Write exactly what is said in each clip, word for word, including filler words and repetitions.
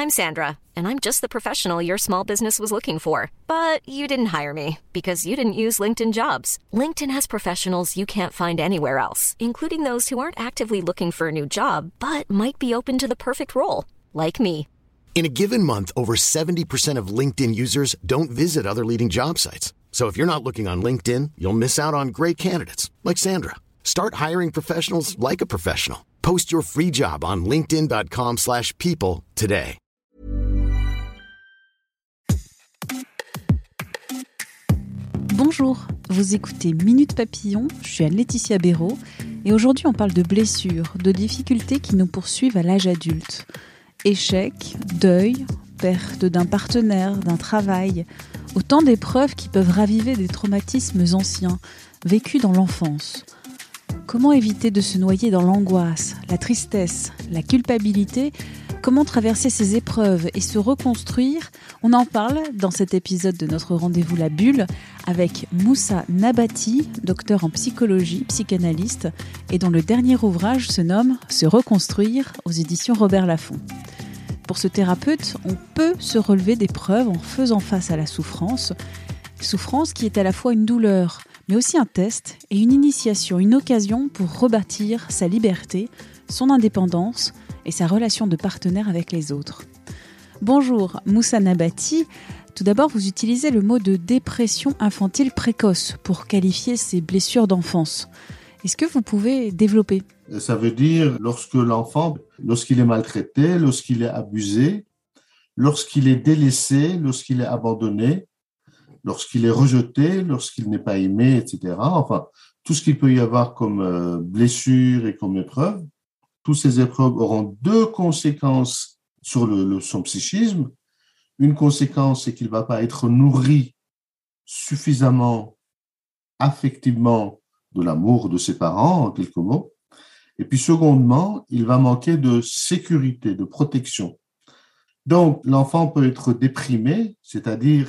I'm Sandra, and I'm just the professional your small business was looking for. But you didn't hire me because you didn't use LinkedIn Jobs. LinkedIn has professionals you can't find anywhere else, including those who aren't actively looking for a new job, but might be open to the perfect role, like me. In a given month, over seventy percent of LinkedIn users don't visit other leading job sites. So if you're not looking on LinkedIn, you'll miss out on great candidates like Sandra. Start hiring professionals like a professional. Post your free job on linkedin.com slash people today. Bonjour, vous écoutez Minute Papillon, je suis Anne-Laetitia Béraud et aujourd'hui on parle de blessures, de difficultés qui nous poursuivent à l'âge adulte. Échecs, deuil, perte d'un partenaire, d'un travail, autant d'épreuves qui peuvent raviver des traumatismes anciens, vécus dans l'enfance. Comment éviter de se noyer dans l'angoisse, la tristesse, la culpabilité ? Comment traverser ces épreuves et se reconstruire ? On en parle dans cet épisode de notre rendez-vous La Bulle avec Moussa Nabati, docteur en psychologie, psychanalyste, et dont le dernier ouvrage se nomme « Se reconstruire » aux éditions Robert Laffont. Pour ce thérapeute, on peut se relever d'épreuves en faisant face à la souffrance, souffrance qui est à la fois une douleur, mais aussi un test et une initiation, une occasion pour rebâtir sa liberté, son indépendance et sa relation de partenaire avec les autres. Bonjour Moussa Nabati, tout d'abord vous utilisez le mot de dépression infantile précoce pour qualifier ces blessures d'enfance. Est-ce que vous pouvez développer ? Ça veut dire lorsque l'enfant, lorsqu'il est maltraité, lorsqu'il est abusé, lorsqu'il est délaissé, lorsqu'il est abandonné, lorsqu'il est rejeté, lorsqu'il n'est pas aimé, et cetera. Enfin, tout ce qu'il peut y avoir comme euh, blessure et comme épreuve, toutes ces épreuves auront deux conséquences sur le, le, son psychisme. Une conséquence, c'est qu'il ne va pas être nourri suffisamment affectivement de l'amour de ses parents, en quelques mots. Et puis, secondement, il va manquer de sécurité, de protection. Donc, l'enfant peut être déprimé, c'est-à-dire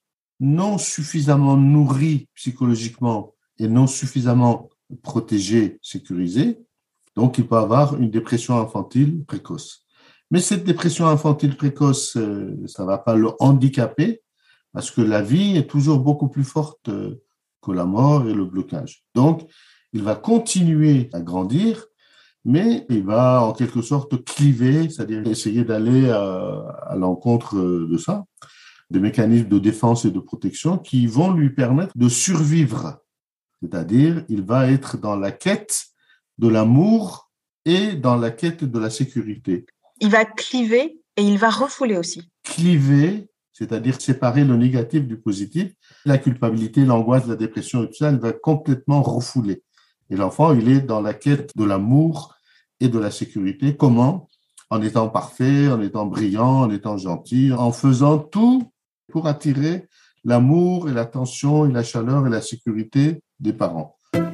non suffisamment nourri psychologiquement et non suffisamment protégé, sécurisé. Donc, il peut avoir une dépression infantile précoce. Mais cette dépression infantile précoce, ça ne va pas le handicaper parce que la vie est toujours beaucoup plus forte que la mort et le blocage. Donc, il va continuer à grandir, mais il va en quelque sorte cliver, c'est-à-dire essayer d'aller à, à l'encontre de ça, des mécanismes de défense et de protection qui vont lui permettre de survivre. C'est-à-dire, il va être dans la quête de l'amour et dans la quête de la sécurité. Il va cliver et il va refouler aussi. Cliver, c'est-à-dire séparer le négatif du positif, la culpabilité, l'angoisse, la dépression et tout ça, il va complètement refouler. Et l'enfant, il est dans la quête de l'amour et de la sécurité. Comment ? En étant parfait, en étant brillant, en étant gentil, en faisant tout pour attirer l'amour et l'attention et la chaleur et la sécurité des parents.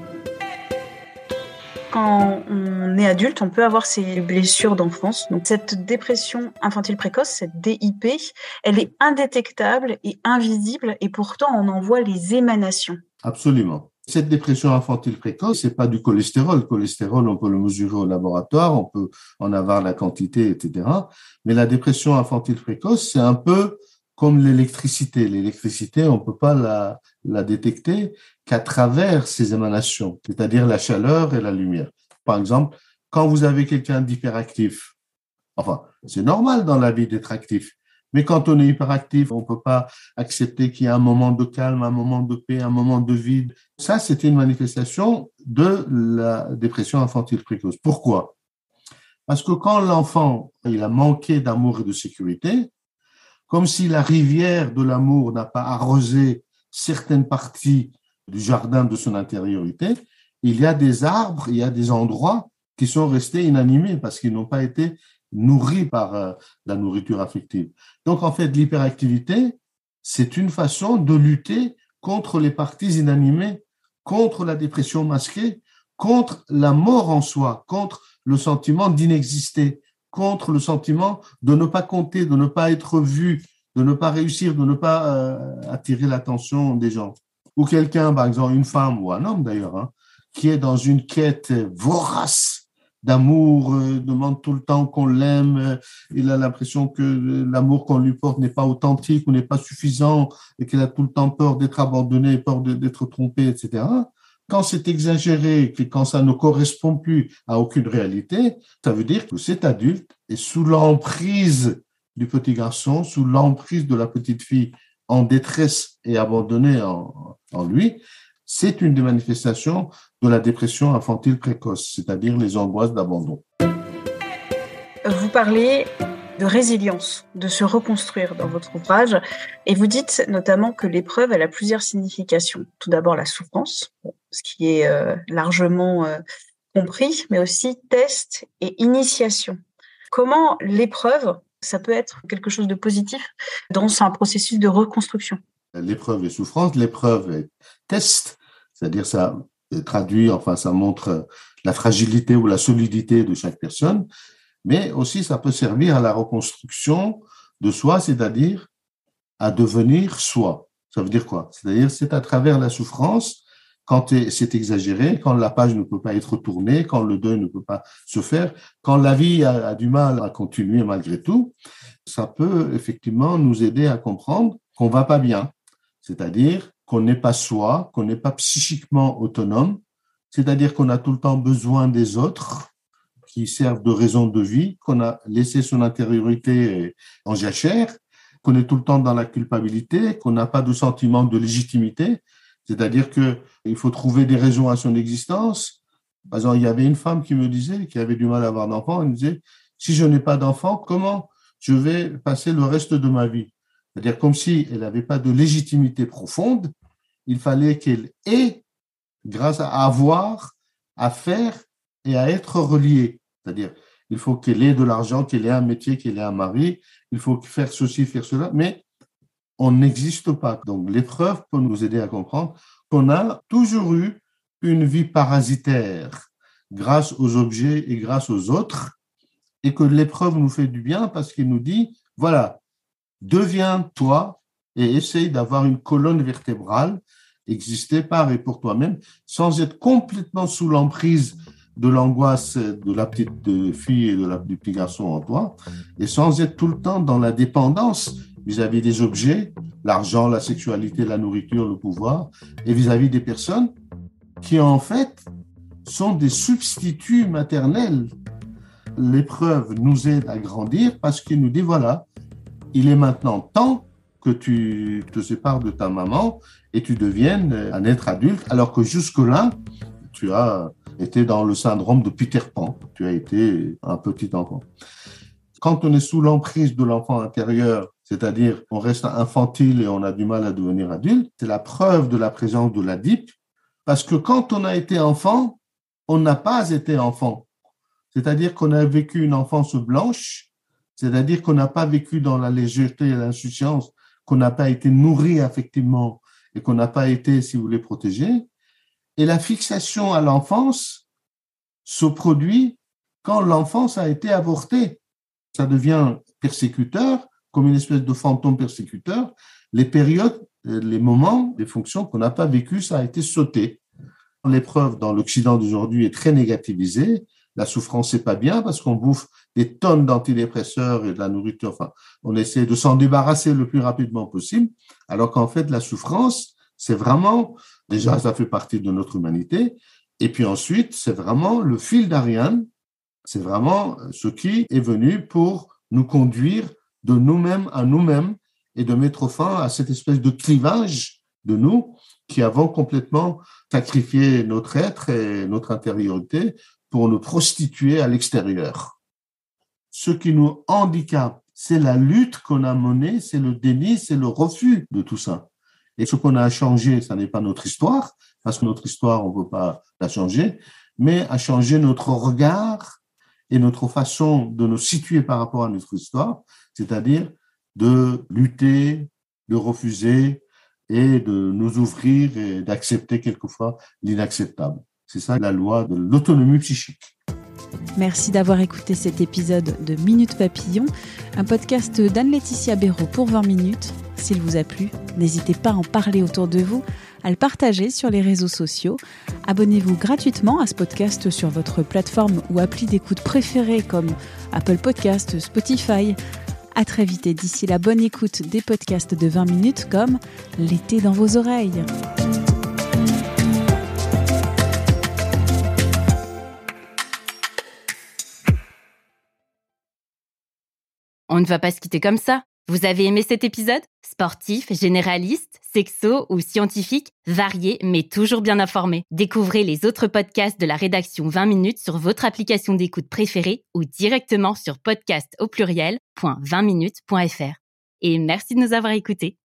Quand on est adulte, on peut avoir ces blessures d'enfance. Donc cette dépression infantile précoce, cette D I P, elle est indétectable et invisible et pourtant on en voit les émanations. Absolument. Cette dépression infantile précoce, c'est pas du cholestérol. Le cholestérol, on peut le mesurer au laboratoire, on peut en avoir la quantité, et cetera. Mais la dépression infantile précoce, c'est un peu comme l'électricité. L'électricité, on peut pas la, la détecter qu'à travers ces émanations, c'est-à-dire la chaleur et la lumière. Par exemple, quand vous avez quelqu'un d'hyperactif, enfin, c'est normal dans la vie d'être actif, mais quand on est hyperactif, on peut pas accepter qu'il y ait un moment de calme, un moment de paix, un moment de vide. Ça, c'était une manifestation de la dépression infantile précoce. Pourquoi ? Parce que quand l'enfant, il a manqué d'amour et de sécurité, comme si la rivière de l'amour n'a pas arrosé certaines parties du jardin de son intériorité, il y a des arbres, il y a des endroits qui sont restés inanimés parce qu'ils n'ont pas été nourris par euh, la nourriture affective. Donc, en fait, l'hyperactivité, c'est une façon de lutter contre les parties inanimées, contre la dépression masquée, contre la mort en soi, contre le sentiment d'inexister, contre le sentiment de ne pas compter, de ne pas être vu, de ne pas réussir, de ne pas euh, attirer l'attention des gens. Ou quelqu'un, par exemple, une femme ou un homme d'ailleurs, hein, qui est dans une quête vorace d'amour, euh, demande tout le temps qu'on l'aime, euh, il a l'impression que l'amour qu'on lui porte n'est pas authentique ou n'est pas suffisant et qu'il a tout le temps peur d'être abandonné, peur de, d'être trompé, et cetera. Quand c'est exagéré, que quand ça ne correspond plus à aucune réalité, ça veut dire que cet adulte est sous l'emprise du petit garçon, sous l'emprise de la petite fille en détresse et abandonnée en, en lui. C'est une des manifestations de la dépression infantile précoce, c'est-à-dire les angoisses d'abandon. Vous parlez de résilience, de se reconstruire dans votre ouvrage, et vous dites notamment que l'épreuve, elle a plusieurs significations. Tout d'abord, la souffrance, ce qui est euh, largement euh, compris, mais aussi test et initiation. Comment l'épreuve, ça peut être quelque chose de positif dans un processus de reconstruction? L'épreuve est souffrance, l'épreuve est test, c'est-à-dire ça traduit, enfin ça montre la fragilité ou la solidité de chaque personne, mais aussi ça peut servir à la reconstruction de soi, c'est-à-dire à devenir soi. Ça veut dire quoi? C'est-à-dire c'est à travers la souffrance, quand c'est exagéré, quand la page ne peut pas être tournée, quand le deuil ne peut pas se faire, quand la vie a, a du mal à continuer malgré tout, ça peut effectivement nous aider à comprendre qu'on va pas bien. C'est-à-dire qu'on n'est pas soi, qu'on n'est pas psychiquement autonome, c'est-à-dire qu'on a tout le temps besoin des autres qui servent de raison de vie, qu'on a laissé son intériorité en jachère, qu'on est tout le temps dans la culpabilité, qu'on n'a pas de sentiment de légitimité, c'est-à-dire qu'il faut trouver des raisons à son existence. Par exemple, il y avait une femme qui me disait, qui avait du mal à avoir d'enfant, elle me disait, si je n'ai pas d'enfant, comment je vais passer le reste de ma vie? C'est-à-dire comme si elle n'avait pas de légitimité profonde, il fallait qu'elle ait, grâce à avoir, à faire et à être reliée. C'est-à-dire, il faut qu'elle ait de l'argent, qu'elle ait un métier, qu'elle ait un mari, il faut faire ceci, faire cela, mais on n'existe pas. Donc, l'épreuve peut nous aider à comprendre qu'on a toujours eu une vie parasitaire grâce aux objets et grâce aux autres, et que l'épreuve nous fait du bien parce qu'il nous dit, voilà, deviens toi et essaye d'avoir une colonne vertébrale, exister par et pour toi-même, sans être complètement sous l'emprise de l'angoisse de la petite fille et de la, du petit garçon en toi, et sans être tout le temps dans la dépendance vis-à-vis des objets, l'argent, la sexualité, la nourriture, le pouvoir, et vis-à-vis des personnes qui, en fait, sont des substituts maternels. L'épreuve nous aide à grandir parce qu'il nous dit, voilà, il est maintenant temps que tu te sépares de ta maman et tu deviennes un être adulte, alors que jusque-là, tu as été dans le syndrome de Peter Pan. Tu as été un petit enfant. Quand on est sous l'emprise de l'enfant intérieur, c'est-à-dire on reste infantile et on a du mal à devenir adulte, c'est la preuve de la présence de l'Oedipe, parce que quand on a été enfant, on n'a pas été enfant. C'est-à-dire qu'on a vécu une enfance blanche, c'est-à-dire qu'on n'a pas vécu dans la légèreté et l'insouciance, qu'on n'a pas été nourri affectivement et qu'on n'a pas été, si vous voulez, protégé. Et la fixation à l'enfance se produit quand l'enfance a été avortée. Ça devient persécuteur, comme une espèce de fantôme persécuteur. Les périodes, les moments, les fonctions qu'on n'a pas vécues, ça a été sauté. L'épreuve dans l'Occident d'aujourd'hui est très négativisée. La souffrance, c'est pas bien parce qu'on bouffe des tonnes d'antidépresseurs et de la nourriture. Enfin, on essaie de s'en débarrasser le plus rapidement possible, alors qu'en fait, la souffrance, c'est vraiment, déjà, ça fait partie de notre humanité. Et puis ensuite, c'est vraiment le fil d'Ariane. C'est vraiment ce qui est venu pour nous conduire de nous-mêmes à nous-mêmes et de mettre fin à cette espèce de clivage de nous qui avons complètement sacrifié notre être et notre intériorité pour nous prostituer à l'extérieur. Ce qui nous handicape, c'est la lutte qu'on a menée, c'est le déni, c'est le refus de tout ça. Et ce qu'on a à changer, ça n'est pas notre histoire, parce que notre histoire, on ne peut pas la changer, mais à changer notre regard et notre façon de nous situer par rapport à notre histoire, c'est-à-dire de lutter, de refuser et de nous ouvrir et d'accepter quelquefois l'inacceptable. C'est ça la loi de l'autonomie psychique. Merci d'avoir écouté cet épisode de Minute Papillon, un podcast d'Anne-Laetitia Béraud pour vingt minutes. S'il vous a plu, n'hésitez pas à en parler autour de vous, à le partager sur les réseaux sociaux. Abonnez-vous gratuitement à ce podcast sur votre plateforme ou appli d'écoute préférée comme Apple Podcasts, Spotify. À très vite et d'ici là, bonne écoute des podcasts de vingt minutes comme L'été dans vos oreilles. On ne va pas se quitter comme ça. Vous avez aimé cet épisode ? Sportif, généraliste, sexo ou scientifique, varié mais toujours bien informé. Découvrez les autres podcasts de la rédaction vingt minutes sur votre application d'écoute préférée ou directement sur podcast au pluriel point vingt minutes point f r. Et merci de nous avoir écoutés.